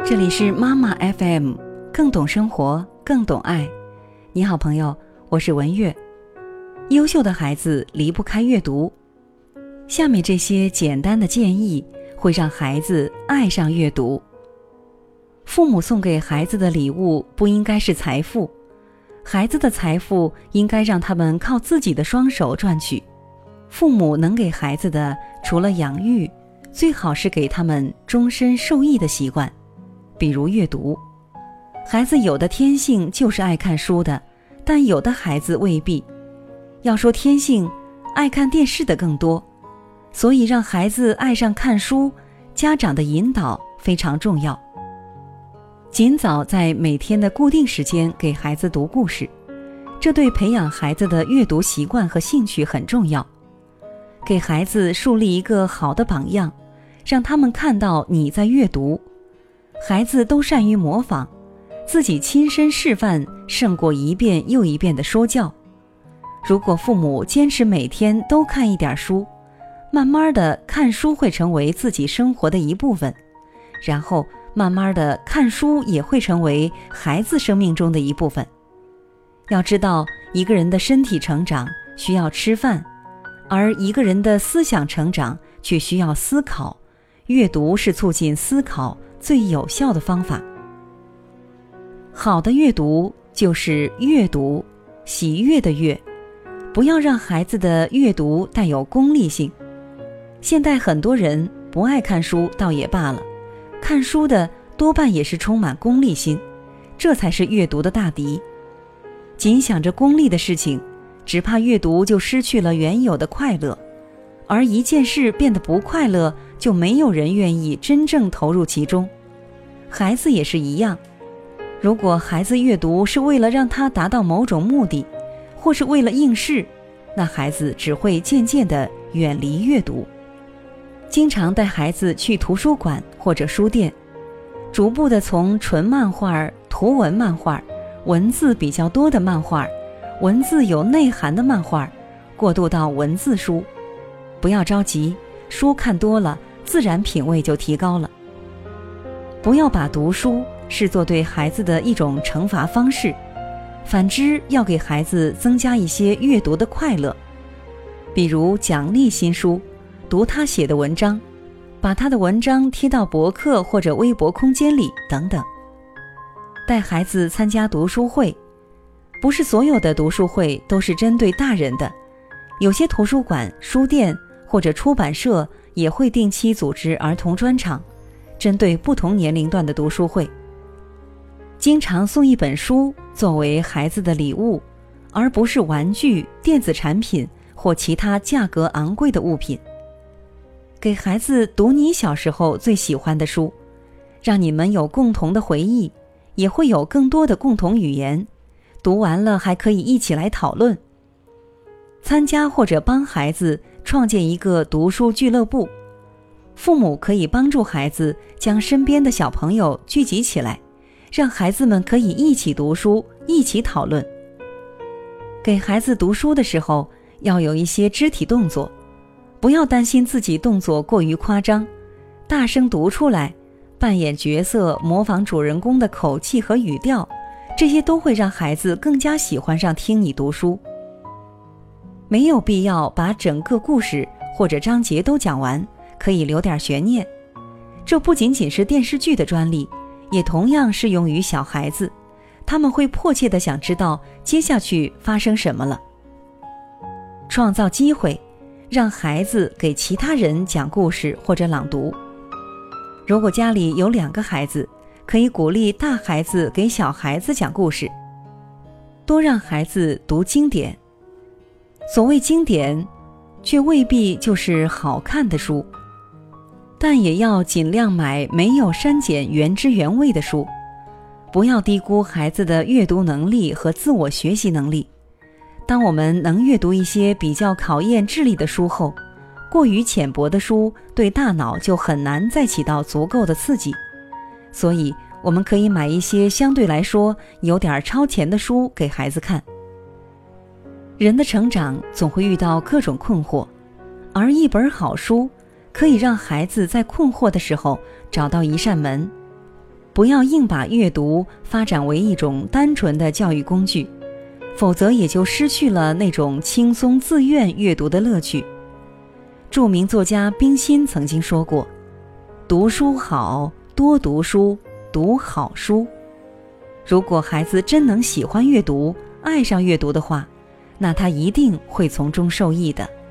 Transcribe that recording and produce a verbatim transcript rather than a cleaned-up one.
这里是妈妈 F M， 更懂生活，更懂爱。你好朋友，我是文月。优秀的孩子离不开阅读。下面这些简单的建议会让孩子爱上阅读。父母送给孩子的礼物不应该是财富，孩子的财富应该让他们靠自己的双手赚取。父母能给孩子的，除了养育，最好是给他们终身受益的习惯，比如阅读。孩子有的天性就是爱看书的，但有的孩子未必。要说天性，爱看电视的更多。所以让孩子爱上看书，家长的引导非常重要。尽早在每天的固定时间给孩子读故事，这对培养孩子的阅读习惯和兴趣很重要。给孩子树立一个好的榜样，让他们看到你在阅读。孩子都善于模仿，自己亲身示范胜过一遍又一遍的说教。如果父母坚持每天都看一点书，慢慢的看书会成为自己生活的一部分，然后慢慢的看书也会成为孩子生命中的一部分。要知道，一个人的身体成长需要吃饭，而一个人的思想成长却需要思考。阅读是促进思考最有效的方法。好的阅读就是阅读，喜悦的悦，不要让孩子的阅读带有功利性。现代很多人不爱看书倒也罢了，看书的多半也是充满功利心，这才是阅读的大敌。仅想着功利的事情，只怕阅读就失去了原有的快乐，而一件事变得不快乐，就没有人愿意真正投入其中。孩子也是一样，如果孩子阅读是为了让他达到某种目的，或是为了应试，那孩子只会渐渐地远离阅读。经常带孩子去图书馆或者书店，逐步地从纯漫画、图文漫画、文字比较多的漫画、文字有内涵的漫画，过渡到文字书。不要着急，书看多了，自然品味就提高了。不要把读书视作对孩子的一种惩罚方式，反之要给孩子增加一些阅读的快乐，比如奖励新书，读他写的文章，把他的文章贴到博客或者微博空间里等等。带孩子参加读书会，不是所有的读书会都是针对大人的，有些图书馆、书店或者出版社也会定期组织儿童专场，针对不同年龄段的读书会。经常送一本书作为孩子的礼物，而不是玩具、电子产品或其他价格昂贵的物品。给孩子读你小时候最喜欢的书，让你们有共同的回忆，也会有更多的共同语言，读完了还可以一起来讨论。参加或者帮孩子创建一个读书俱乐部，父母可以帮助孩子将身边的小朋友聚集起来，让孩子们可以一起读书，一起讨论。给孩子读书的时候，要有一些肢体动作，不要担心自己动作过于夸张，大声读出来，扮演角色，模仿主人公的口气和语调，这些都会让孩子更加喜欢上听你读书。没有必要把整个故事或者章节都讲完，可以留点悬念。这不仅仅是电视剧的专利，也同样适用于小孩子，他们会迫切地想知道接下去发生什么了。创造机会，让孩子给其他人讲故事或者朗读。如果家里有两个孩子，可以鼓励大孩子给小孩子讲故事，多让孩子读经典。所谓经典，却未必就是好看的书，但也要尽量买没有删减原汁原味的书。不要低估孩子的阅读能力和自我学习能力。当我们能阅读一些比较考验智力的书后，过于浅薄的书对大脑就很难再起到足够的刺激。所以我们可以买一些相对来说有点超前的书给孩子看。人的成长总会遇到各种困惑，而一本好书可以让孩子在困惑的时候找到一扇门。 不要硬把阅读发展为一种单纯的教育工具，否则也就失去了那种轻松自愿阅读的乐趣。著名作家冰心曾经说过，读书好，多读书，读好书。如果孩子真能喜欢阅读，爱上阅读的话，那他一定会从中受益的。